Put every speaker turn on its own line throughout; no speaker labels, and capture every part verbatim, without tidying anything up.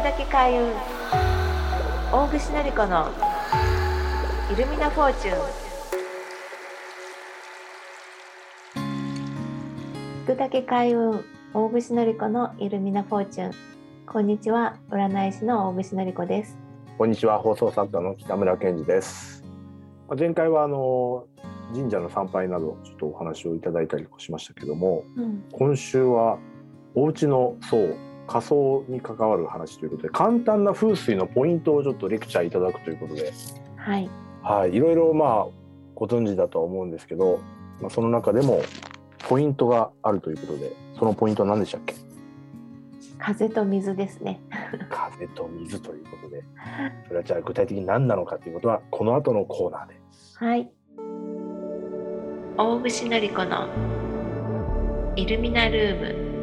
くだけ開運大串のり子のイルミナフォーチュン。聞くだけ開運大串のり子のイルミナフォーチュン。こんにちは、占い師の大串のり子です。
こんにちは、放送作家の北村健二です。前回はあの神社の参拝などちょっとお話をいただいたりしましたけども、うん、今週はお家の葬、仮葬に関わる話ということで、簡単な風水のポイントをちょっとレクチャーいただくということで、
はい、
はい、いろいろまあご存知だとは思うんですけど、まあ、その中でもポイントがあるということで、そのポイントは何でしたっけ？
風と水ですね。
風と水ということで、それはじゃあ具体的に何なのかということはこの後のコーナーで。
はい。大串のり子のイルミナルーム。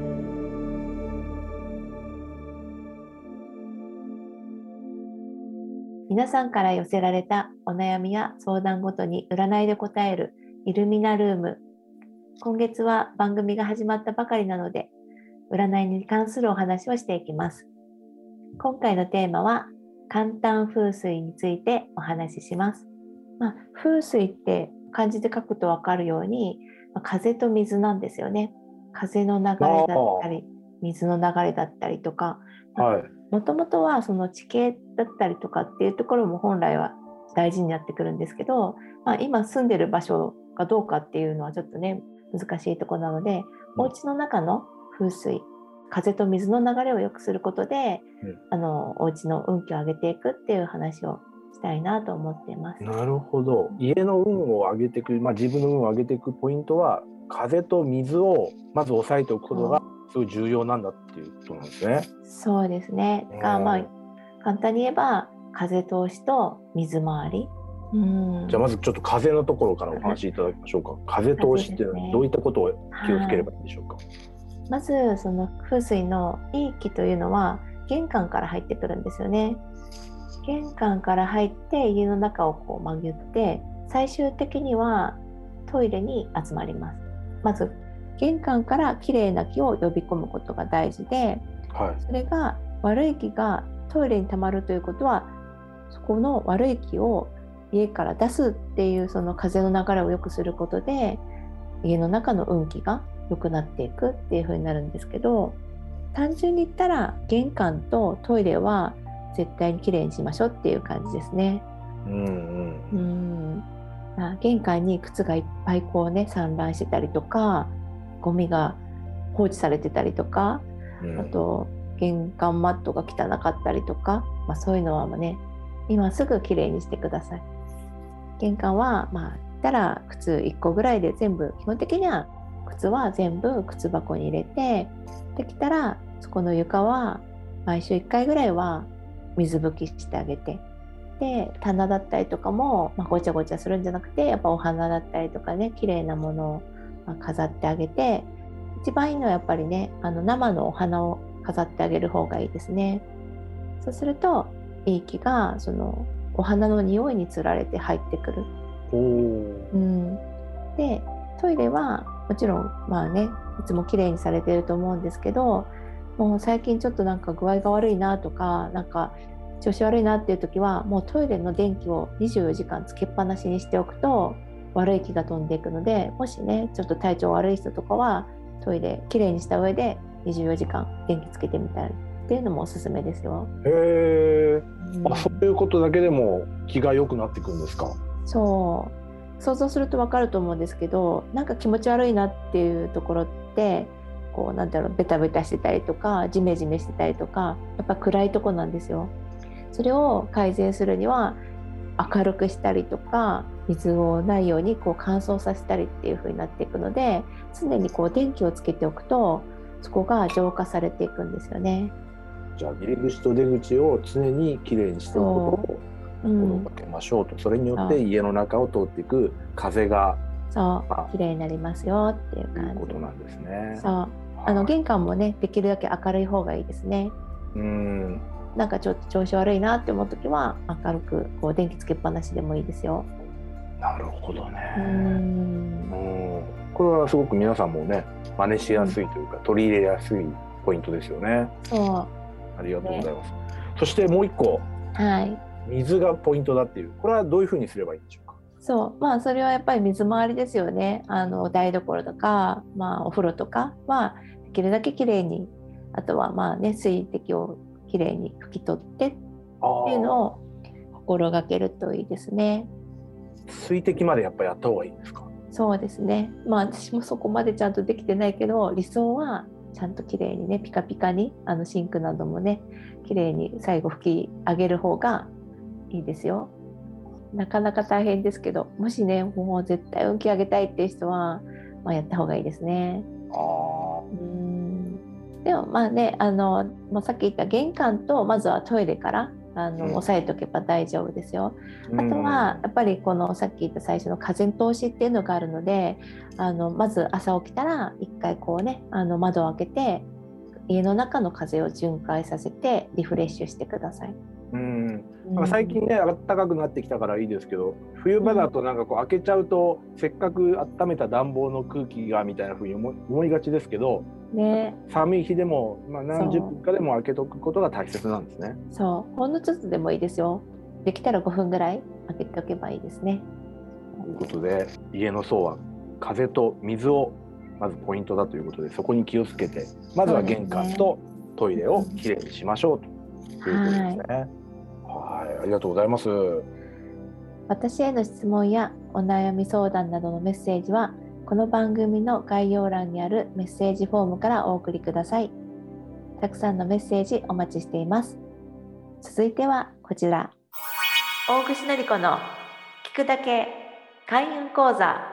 皆さんから寄せられたお悩みや相談ごとに占いで答えるイルミナルーム。今月は番組が始まったばかりなので、占いに関するお話をしていきます。今回のテーマは簡単風水についてお話しします。まあ、風水って漢字で書くと分かるように、まあ、風と水なんですよね。風の流れだったり水の流れだったりとか、もともとはその地形だったりとかっていうところも本来は大事になってくるんですけど、まあ、今住んでる場所がどうかっていうのはちょっとね難しいところなので、うん、お家の中の風水、風と水の流れを良くすることで、うん、あのお家の運気を上げていくっていう話をしたいなと思っています。
なるほど。家の運を上げていく、まあ、自分の運を上げていくポイントは風と水をまず抑えておくことがすごい重要なんだっていうことなんですね。
そうですね。が、まあ、簡単に言えば風通しと水回り。
うん、じゃあまずちょっと風のところからお話しいただきましょうか。風通しってどういったことを気をつければいいんでしょうか。
まずその風水のいい気というのは玄関から入ってくるんですよね。玄関から入って家の中をこう巡って最終的にはトイレに集まります。まず玄関からきれいな気を呼び込むことが大事で、はい、それが悪い気がトイレに溜まるということは、そこの悪い気を家から出すっていうその風の流れを良くすることで家の中の運気が良くなっていくっていう風になるんですけど、単純に言ったら玄関とトイレは絶対にきれいにしましょうっていう感じですね。うんうんうん、まあ、玄関に靴がいっぱいこうね散乱してたりとか、ゴミが放置されてたりとか、うん、あと玄関マットが汚かったりとか、まあ、そういうのはね今すぐきれいにしてください。玄関はまあ言ったら靴いっこぐらいで全部、基本的には靴は全部靴箱に入れて、できたらそこの床は毎週いっかいぐらいは水拭きしてあげて、で棚だったりとかも、まあ、ごちゃごちゃするんじゃなくて、やっぱお花だったりとかね、綺麗なものを飾ってあげて、一番いいのはやっぱりね、あの生のお花を飾ってあげる方がいいですね。そうするといい気がそのお花の匂いにつられて入ってくる。お、うん、でトイレはもちろんまあねいつも綺麗にされていると思うんですけど、もう最近ちょっとなんか具合が悪いなとか、なんか調子悪いなっていう時はもうトイレの電気をにじゅうよじかんつけっぱなしにしておくと悪い気が飛んでいくので、もしねちょっと体調悪い人とかはトイレきれいにした上でにじゅうよじかん電気つけてみたりっていうのもおすすめですよ。
へー、うん、あ、そういうことだけでも気が良くなっていくんですか？
そう、想像すると分かると思うんですけど、なんか気持ち悪いなっていうところってこうなんだろう、ベタベタしてたりとかジメジメしてたりとか、やっぱ暗いとこなんですよ。それを改善するには明るくしたりとか、水をないようにこう乾燥させたりっていう風になっていくので、常にこう電気をつけておくとそこが浄化されていくんですよね。
じゃあ入り口と出口を常にきれいにしておくことを心がけましょうと、うん、それによって家の中を通っていく風が
そうきれいになりますよっていう感じ。
いうことなんですね。
そう、あの玄関もねできるだけ明るい方がいいですね。うん、なんかちょっと調子悪いなって思うときは明るくこう電気つけっぱなしでもいいですよ。
なるほどね。うん、これはすごく皆さんもね真似しやすいというか、うん、取り入れやすいポイントですよね。
そう
ありがとうございます、ね、そしてもう一個、
はい、
水がポイントだっていう、これはどういうふうにすればいいんでしょうか？
そう、まあそれはやっぱり水回りですよね。あの台所とか、まあ、お風呂とかはできるだけきれいに、あとはまあね、水滴をきれいに拭き取ってっていうのを心がけるといいですね。
水滴までやっぱりやった方がいいんですか？
そうですね。まあ私もそこまでちゃんとできてないけど、理想はちゃんときれいにね、ピカピカに、あのシンクなどもね、きれいに最後拭き上げる方がいいですよ。なかなか大変ですけど、もしね、もう絶対運気上げたいっていう人は、まあ、やった方がいいですね。
あ
うーんでもまあね、あのまあ、さっき言った玄関とまずはトイレからあの、うん、押さえとけば大丈夫ですよ。あとはやっぱりこのさっき言った最初の風通しっていうのがあるので、あのまず朝起きたら一回こうね、あの窓を開けて家の中の風を循環させてリフレッシュしてください。
うん、なんか最近ね暖かくなってきたからいいですけど、冬場だとなんかこう開けちゃうと、うん、せっかく温めた暖房の空気がみたいな風に思いがちですけど、ね、寒い日でも、まあ、何十分かでも開けとくことが大切なんですね。
そうほんのちょっとでもいいですよ。できたらごふんぐらい開けておけばいいですね。
ということで家の層は風と水をまずポイントだということで、そこに気をつけてまずは玄関とトイレをきれいにしましょうということですね。はいはい、ありがとうございます。
私への質問やお悩み相談などのメッセージはこの番組の概要欄にあるメッセージフォームからお送りください。たくさんのメッセージお待ちしています。続いてはこちら、大串のり子の聞くだけ開運講座。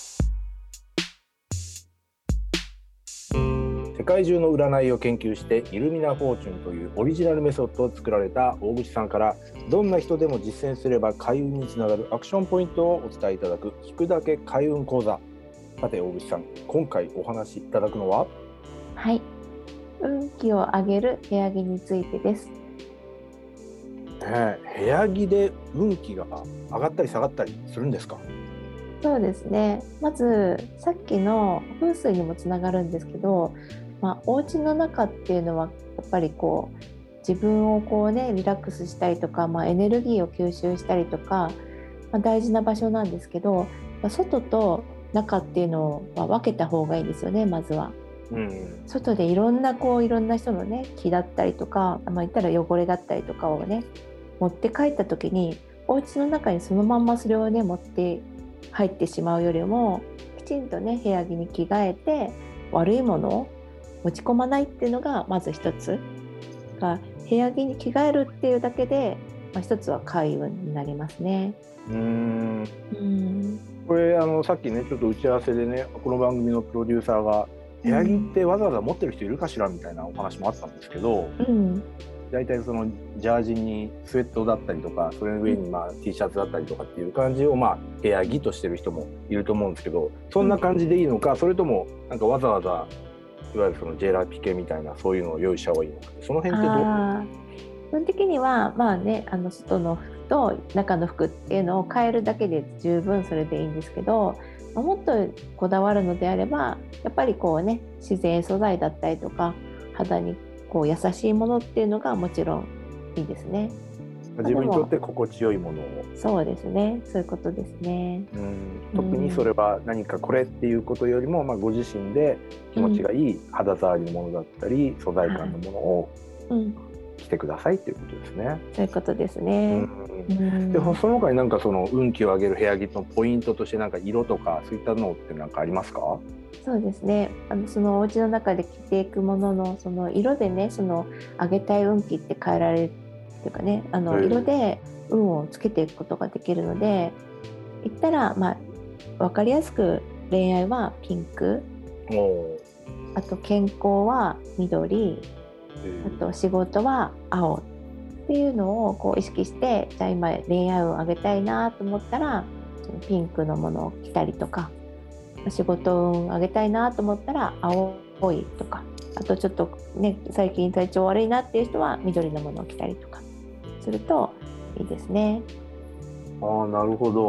世界中の占いを研究してイルミナフォーチュンというオリジナルメソッドを作られた大串さんから、どんな人でも実践すれば開運につながるアクションポイントをお伝えいただく聞くだけ開運講座。さて大串さん、今回お話しいただくのは、
はい、運気を上げる部屋着についてです。
ね、部屋着で運気が上がったり下がったりするんですか？
そうですね。まずさっきの風水にもつながるんですけど、まあ、お家の中っていうのはやっぱりこう自分をこうねリラックスしたりとか、まあ、エネルギーを吸収したりとか、まあ、大事な場所なんですけど、まあ、外と中っていうのは分けた方がいいですよね。まずは、うん、外でいろんなこういろんな人のね気だったりとか、まあ、言ったら汚れだったりとかをね持って帰った時に、お家の中にそのまんまそれをね持って入ってしまうよりも、きちんとね部屋着に着替えて悪いものを持ち込まないっていうのがまず一つが、部屋着に着替えるっていうだけで、まあ、一つは開運になりますね。
うーんうんこれあのさっきねちょっと打ち合わせでね、この番組のプロデューサーが部屋着ってわざわざ持ってる人いるかしらみたいなお話もあったんですけど、うん、だいたいそのジャージにスウェットだったりとか、それの上にまあ T シャツだったりとかっていう感じをまあ部屋着としてる人もいると思うんですけど、そんな感じでいいのか、それともなんかわざわざいわゆるそのジェラピケみたいなそういうのを用意した方がいいのか、その辺ってどう？
基本的にはまあね、あの外の服と中の服っていうのを変えるだけで十分それでいいんですけど、もっとこだわるのであればやっぱりこうね自然素材だったりとか肌にこう優しいものっていうのがもちろんいいですね。
自分にとって心地よいものを。
そうですね、そういうことですね。
うん、特にそれは何かこれっていうことよりも、まあ、ご自身で気持ちがいい肌触りのものだったり、うん、素材感のものを着てくださいっていうことですね。はい、
そういうことですね。
うんうん、でその他になんかその運気を上げる部屋着のポイントとしてなんか色とかそういったのって何かありますか？
そうですね、あのそのお家の中で着ていくもののその色でね、その上げたい運気って変えられるっていうかね、あの色で運をつけていくことができるので、言ったらまあ分かりやすく恋愛はピンク、あと健康は緑、あと仕事は青っていうのをこう意識して、じゃあ今恋愛運を上げたいなと思ったらそのピンクのものを着たりとか、仕事運上げたいなと思ったら青いとか、あとちょっとね最近体調悪いなっていう人は緑のものを着たりとかするといいですね。
ああ、なるほど。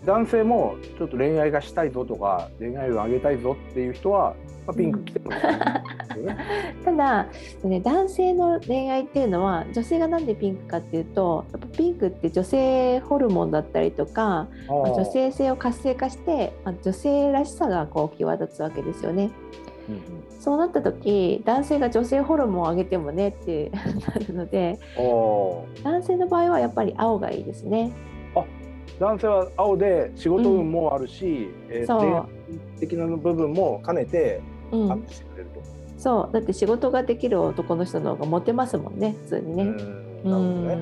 男性もちょっと恋愛がしたいぞとか恋愛をあげたいぞっていう人は、まあ、ピンク着てもいいですよね。
ただ、ね、男性の恋愛っていうのは女性がなんでピンクかっていうと、やっぱピンクって女性ホルモンだったりとか、まあ、女性性を活性化して、まあ、女性らしさがこう際立つわけですよね。うんうん、そうなった時、男性が女性ホルモンを上げてもねってなるので、男性の場合はやっぱり青がいいですね。
あ、男性は青で仕事運もあるし、うん、えー、恋愛的な部分も兼ねてアップしてくれると、うん、
そうだって仕事ができる男の人の方がモテますもんね、普通にね。うん、なるほどね。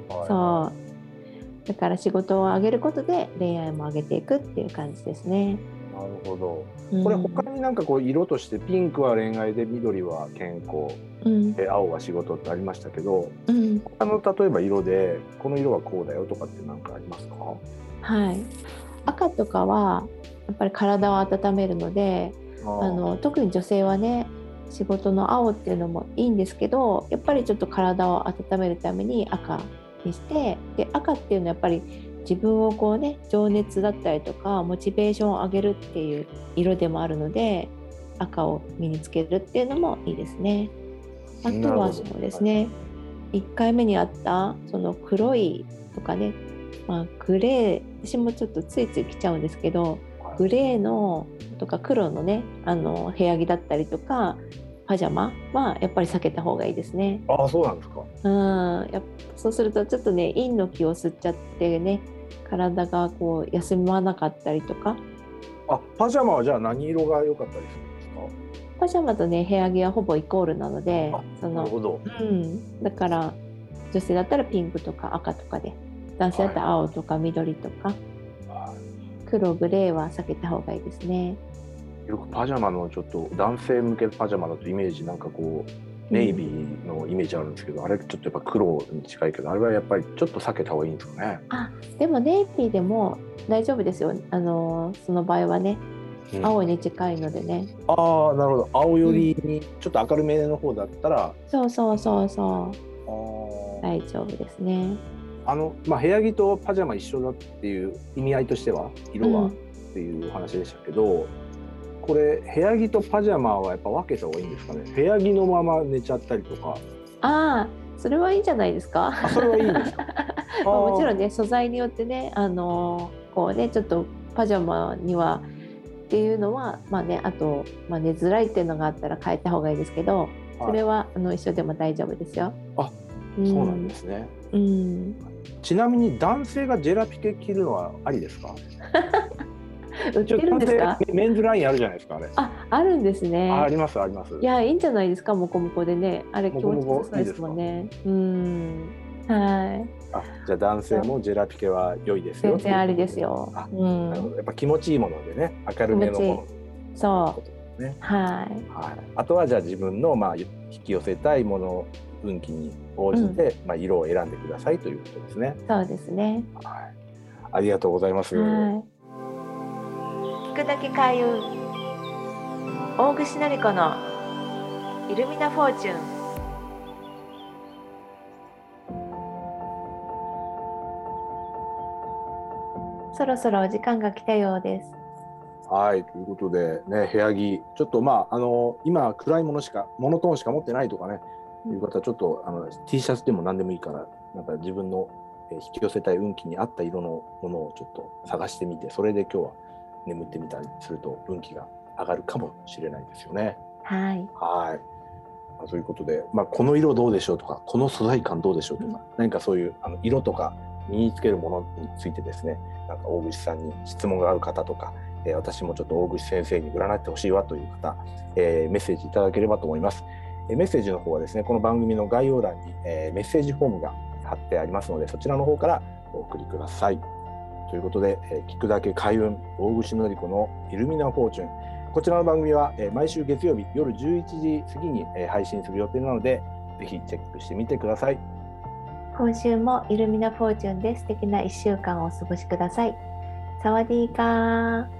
そうだから仕事を上げることで恋愛も上げていくっていう感じですね。
なるほど。これ他になんかこう色としてピンクは恋愛で緑は健康、うん、青は仕事ってありましたけど、うん、他の例えば色でこの色はこうだよとかって何かありますか？
はい、赤とかはやっぱり体を温めるので、ああの特に女性はね仕事の青っていうのもいいんですけど、やっぱりちょっと体を温めるために赤にして、で赤っていうのはやっぱり自分をこうね情熱だったりとかモチベーションを上げるっていう色でもあるので、赤を身につけるっていうのもいいですね。あとはそうですね、いっかいめにあったその黒いとかね、まあ、グレー、私もちょっとついつい着ちゃうんですけど、グレーのとか黒のねあの部屋着だったりとかパジャマはやっぱり避けた方がいいですね。
ああ、そうなんですか。
うん、やっぱそうするとちょっとね陰の気を吸っちゃってね、体がこう休まなかったりとか。
あ、パジャマはじゃあ何色が良かったりするんですか？
パジャマとね部屋着はほぼイコールなので、
そのなるほど、
うん、だから女性だったらピンクとか赤とかで、男性だったら青とか緑とか、はい、黒グレーは避けた方がいいですね。
よくパジャマのちょっと男性向けパジャマだとイメージなんかこうネイビーのイメージあるんですけど、うん、あれちょっとやっぱ黒に近いけど、あれはやっぱりちょっと避けた方がいいんですかね。
あ、でもネイビーでも大丈夫ですよ、あのその場合はね、うん、青に近いのでね。
ああ、なるほど。青よりにちょっと明るめの方だったら、
うん、そうそうそうそう、大丈夫ですね。
あの、まあ、部屋着とパジャマ一緒だっていう意味合いとしては色はっていうお話でしたけど、うん、これ部屋着とパジャマはやっぱ分けた方がいいんですかね。部屋着のまま寝ちゃったりとか。
ああ、それはいいんじゃないですか。
あ、それはいいんですか。
まあ、もちろんね素材によってね、あのー、こうねちょっとパジャマにはっていうのはまあね、あと、まあ、寝づらいっていうのがあったら変えた方がいいですけど、それはあの一緒でも大丈夫ですよ。
あ、うん、そうなんですね。
うん、
ちなみに男性がジェラピケ着るのはありですか？
売ってるんですか？
メンズラインあるじゃないですか、あれ。
あ、あるんですね。
あ、ありますあります。
いや、いいんじゃないですか、モコモコでね、あれ気持ちよさそうですもんね。うん、はい。
あ、じゃあ男性もジェラピケは良いですよ。
全然ありですよ。
あ、うん、なるほど。やっぱ気持ちいいものでね、明るめのもの。
そう。ね、はい。
はい。あとはじゃあ自分のまあ引き寄せたいもの、運気に応じて、うん、まあ色を選んでくださいということですね。
そうですね。
はい。ありがとうございます。はい、
聞くだけ開運、大串のり子のイルミナフォーチュン。そろそろお時間が来たようです。
はい、ということでね、部屋着ちょっとまああの今暗いものしかモノトーンしか持ってないとかね、うん、いう方はちょっとあの T シャツでも何でもいいから、なんか自分の引き寄せたい運気に合った色のものをちょっと探してみて、それで今日は眠ってみたりすると運気が上がるかもしれないですよね。
はい。
はい。まあ、ということで、まあ、この色どうでしょうとか、この素材感どうでしょうとか、うん、何かそういうあの色とか身につけるものについてですね、なんか大串さんに質問がある方とか、えー、私もちょっと大串先生に占ってほしいわという方、えー、メッセージいただければと思います。えー、メッセージの方はですね、この番組の概要欄に、えー、メッセージフォームが貼ってありますので、そちらの方からお送りください。ということで、えー、聞くだけ開運、大串のり子のイルミナフォーチュン。こちらの番組は、えー、毎週月曜日夜じゅういちじ過ぎに、えー、配信する予定なので、ぜひチェックしてみてください。
今週もイルミナフォーチュンで素敵ないっしゅうかんをお過ごしください。サワディーカー。